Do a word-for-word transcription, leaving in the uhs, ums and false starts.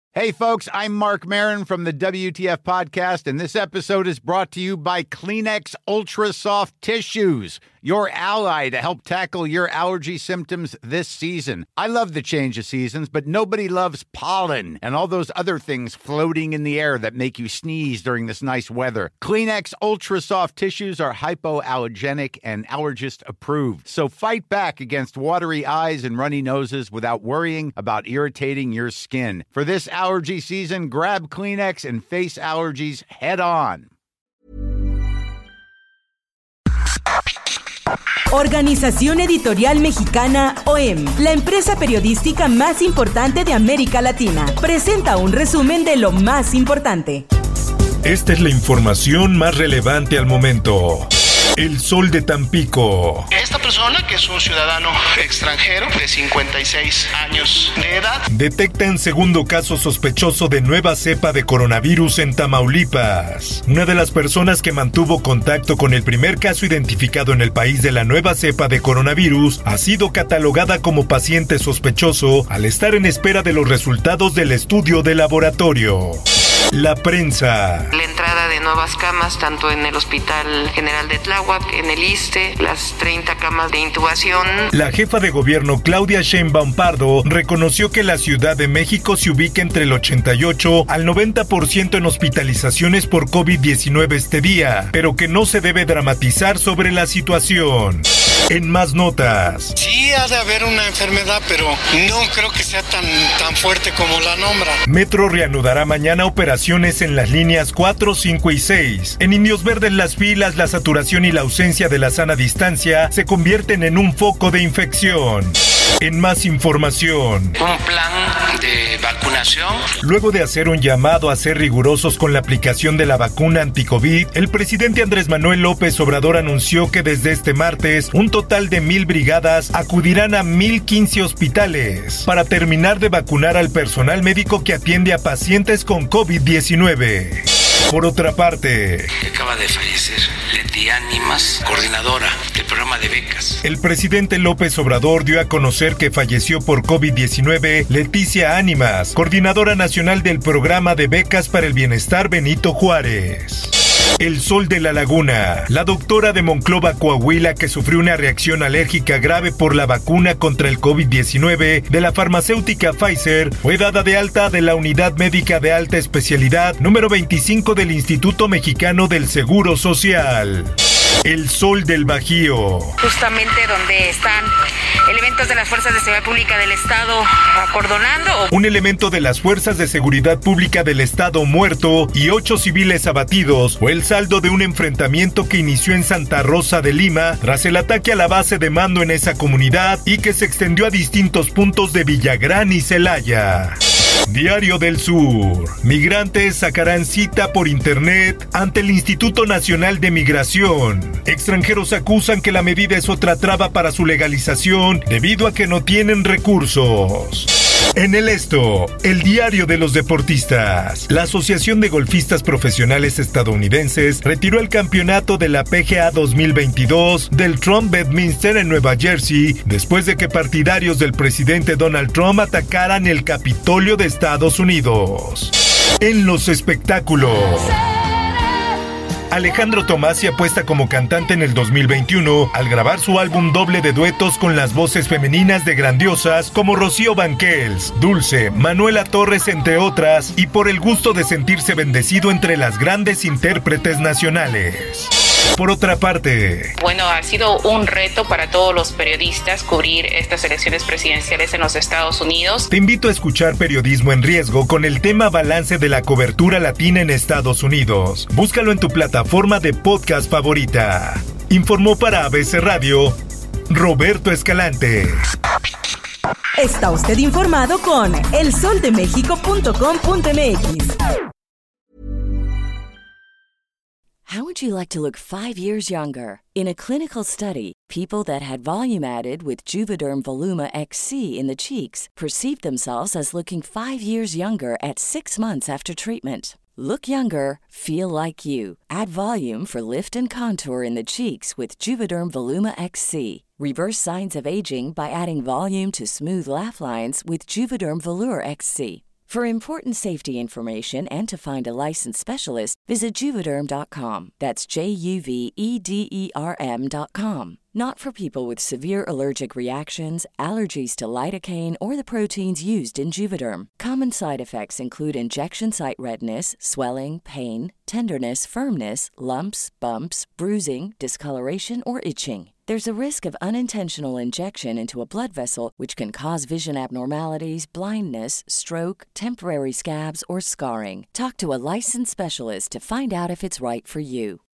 Hey, folks, I'm Mark Maron from the W T F Podcast, and this episode is brought to you by Kleenex Ultra Soft Tissues, your ally to help tackle your allergy symptoms this season. I love the change of seasons, but nobody loves pollen and all those other things floating in the air that make you sneeze during this nice weather. Kleenex Ultra Soft Tissues are hypoallergenic and allergist approved, so fight back against watery eyes and runny noses without worrying about irritating your skin. For this allergy season, grab Kleenex and face allergies head on. Organización Editorial Mexicana O E M, la empresa periodística más importante de América Latina, presenta un resumen de lo más importante. Esta es la información más relevante al momento. El Sol de Tampico. Esta persona, que es un ciudadano extranjero de cincuenta y seis años de edad, detectan segundo caso sospechoso de nueva cepa de coronavirus en Tamaulipas. Una de las personas que mantuvo contacto con el primer caso identificado en el país de la nueva cepa de coronavirus ha sido catalogada como paciente sospechoso al estar en espera de los resultados del estudio de laboratorio. La prensa. La entrada de nuevas camas, tanto en el Hospital General de Tláhuac, en el ISSSTE, las treinta camas de intubación. La jefa de gobierno Claudia Sheinbaum Pardo reconoció que la Ciudad de México se ubica entre el ochenta y ocho al noventa por ciento en hospitalizaciones por covid diecinueve este día, pero que no se debe dramatizar sobre la situación. En más notas. Sí ha de haber una enfermedad, pero no creo que sea tan, tan fuerte como la nombra. Metro reanudará mañana operaciones en las líneas cuatro, cinco y seis. En Indios Verdes las filas, la saturación y la ausencia de la sana distancia se convierten en un foco de infección. En más información. Un plan de vacunación. Luego de hacer un llamado a ser rigurosos con la aplicación de la vacuna anti-COVID, el presidente Andrés Manuel López Obrador anunció que desde este martes un total de mil brigadas acudirán a mil quince hospitales para terminar de vacunar al personal médico que atiende a pacientes con covid diecinueve. Por otra parte, acaba de fallecer Leti Ánimas, coordinadora del programa de becas. El presidente López Obrador dio a conocer que falleció por covid diecinueve Leticia Ánimas, coordinadora nacional del programa de becas para el bienestar Benito Juárez. El Sol de la Laguna. La doctora de Monclova, Coahuila, que sufrió una reacción alérgica grave por la vacuna contra el covid diecinueve de la farmacéutica Pfizer, fue dada de alta de la Unidad Médica de Alta Especialidad número veinticinco del Instituto Mexicano del Seguro Social. El Sol del Bajío. Justamente donde están elementos de las Fuerzas de Seguridad Pública del Estado acordonando. Un elemento de las Fuerzas de Seguridad Pública del Estado muerto y ocho civiles abatidos fue el saldo de un enfrentamiento que inició en Santa Rosa de Lima tras el ataque a la base de mando en esa comunidad y que se extendió a distintos puntos de Villagrán y Celaya. Diario del Sur. Migrantes sacarán cita por internet ante el Instituto Nacional de Migración. Extranjeros acusan que la medida es otra traba para su legalización debido a que no tienen recursos. En el Esto, el diario de los deportistas. La Asociación de Golfistas Profesionales Estadounidenses retiró el campeonato de la P G A dos mil veintidós del Trump Bedminster en Nueva Jersey después de que partidarios del presidente Donald Trump atacaran el Capitolio de Estados Unidos. En los espectáculos. Alejandro Tomás se apuesta como cantante en el dos mil veintiuno al grabar su álbum doble de duetos con las voces femeninas de grandiosas como Rocío Banquels, Dulce, Manuela Torres, entre otras, y por el gusto de sentirse bendecido entre las grandes intérpretes nacionales. Por otra parte, bueno, ha sido un reto para todos los periodistas cubrir estas elecciones presidenciales en los Estados Unidos. Te invito a escuchar Periodismo en Riesgo con el tema Balance de la cobertura latina en Estados Unidos. Búscalo en tu plataforma de podcast favorita. Informó para A B C Radio, Roberto Escalante. Está usted informado con el sol de méxico punto com punto m x. How would you like to look five years younger? In a clinical study, people that had volume added with Juvederm Voluma X C in the cheeks perceived themselves as looking five years younger at six months after treatment. Look younger, feel like you. Add volume for lift and contour in the cheeks with Juvederm Voluma X C. Reverse signs of aging by adding volume to smooth laugh lines with Juvederm Volure X C. For important safety information and to find a licensed specialist, visit Juvederm dot com. That's J U V E D E R M dot com. Not for people with severe allergic reactions, allergies to lidocaine, or the proteins used in Juvederm. Common side effects include injection site redness, swelling, pain, tenderness, firmness, lumps, bumps, bruising, discoloration, or itching. There's a risk of unintentional injection into a blood vessel, which can cause vision abnormalities, blindness, stroke, temporary scabs, or scarring. Talk to a licensed specialist to find out if it's right for you.